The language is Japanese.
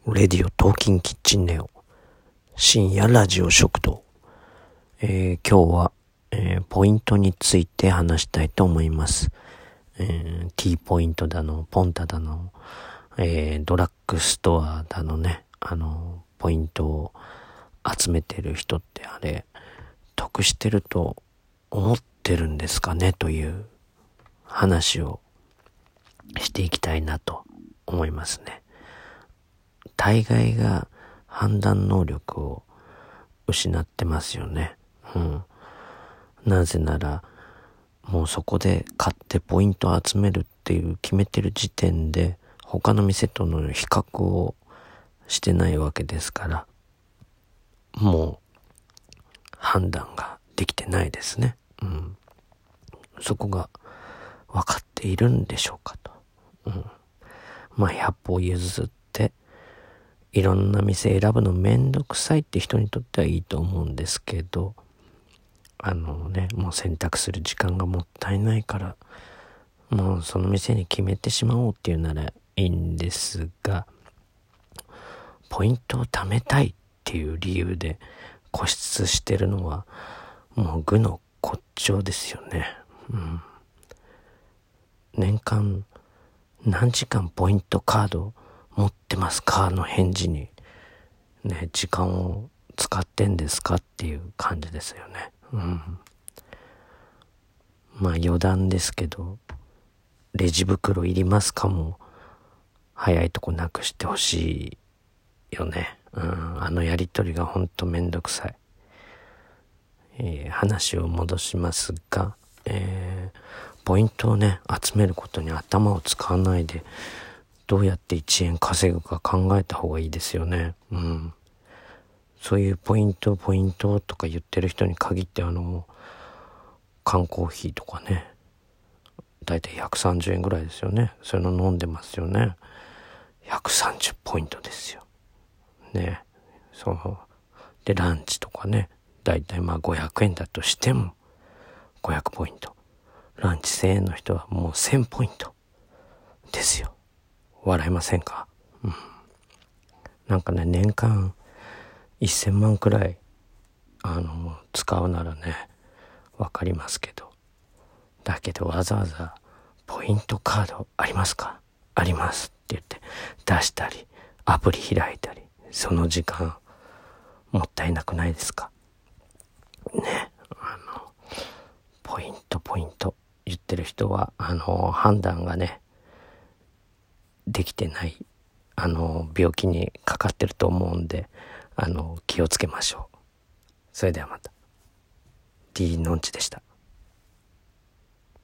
レディオトーキンキッチンネオ深夜ラジオ食堂、今日は、ポイントについて話したいと思います。T ポイントだのポンタだの、ドラッグストアだのね、ポイントを集めてる人ってあれ得してると思ってるんですかねという話をしていきたいなと思いますね。大概が判断能力を失ってますよね。なぜならもうそこで買ってポイントを集めるっていう決めてる時点で他の店との比較をしてないわけですから、もう判断ができてないですね。そこが分かっているんでしょうかと。100歩譲っていろんな店選ぶのめんどくさいって人にとってはいいと思うんですけど、もう選択する時間がもったいないからもうその店に決めてしまおうっていうならいいんですが、ポイントを貯めたいっていう理由で固執してるのはもう愚の骨頂ですよね。年間何時間ポイントカード持ってますかの返事にね、時間を使ってんですかっていう感じですよね。余談ですけど、レジ袋いりますかも早いとこなくしてほしいよね。やりとりがほんとめんどくさい。話を戻しますが、ポイントをね集めることに頭を使わないでどうやって1円稼ぐか考えた方がいいですよね。そういうポイントとか言ってる人に限って缶コーヒーとかね、だいたい130円ぐらいですよね。そういうの飲んでますよね。130ポイントですよね。そうでランチとかね、だいたい500円だとしても500ポイント、ランチ1000円の人はもう1000ポイントですよ。笑いませんか？年間1000万くらい使うならねわかりますけど、だけどわざわざポイントカードありますか？ありますって言って出したりアプリ開いたり、その時間もったいなくないですかね。ポイント言ってる人は判断がねできてない、病気にかかってると思うんで気をつけましょう。それではまた。 D のんちでした。